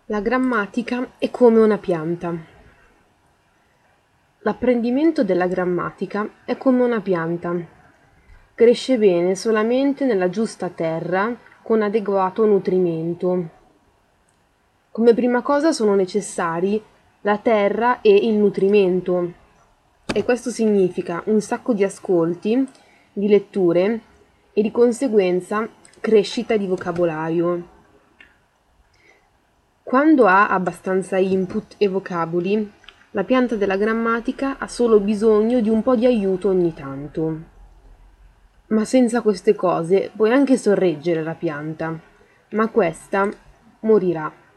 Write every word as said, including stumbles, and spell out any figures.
La grammatica è come una pianta. L'apprendimento della grammatica è come una pianta. Cresce bene solamente nella giusta terra con adeguato nutrimento. Come prima cosa sono necessari la terra e il nutrimento. E questo significa un sacco di ascolti, di letture e di conseguenza crescita di vocabolario. Quando ha abbastanza input e vocaboli, la pianta della grammatica ha solo bisogno di un po' di aiuto ogni tanto. Ma senza queste cose puoi anche sorreggere la pianta, ma questa morirà.